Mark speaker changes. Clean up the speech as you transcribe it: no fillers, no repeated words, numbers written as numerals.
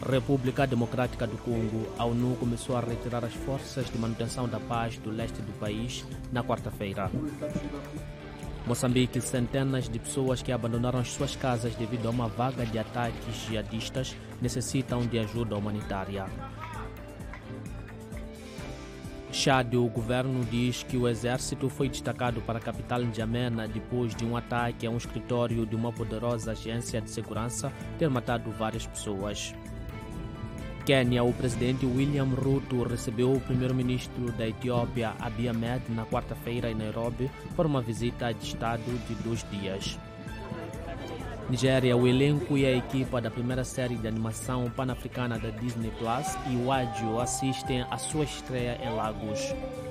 Speaker 1: República Democrática do Congo, a ONU começou a retirar as forças de manutenção da paz do leste do país na quarta-feira. Moçambique, centenas de pessoas que abandonaram as suas casas devido a uma vaga de ataques jihadistas necessitam de ajuda humanitária. Chad, o governo diz que o exército foi destacado para a capital N'Djamena depois de um ataque a um escritório de uma poderosa agência de segurança ter matado várias pessoas. Quênia, o presidente William Ruto recebeu o primeiro-ministro da Etiópia, Abiy Ahmed, na quarta-feira em Nairobi para uma visita de estado de 2 dias. Nigéria, o elenco e a equipa da primeira série de animação pan-africana da Disney Plus e o Ádio assistem à sua estreia em Lagos.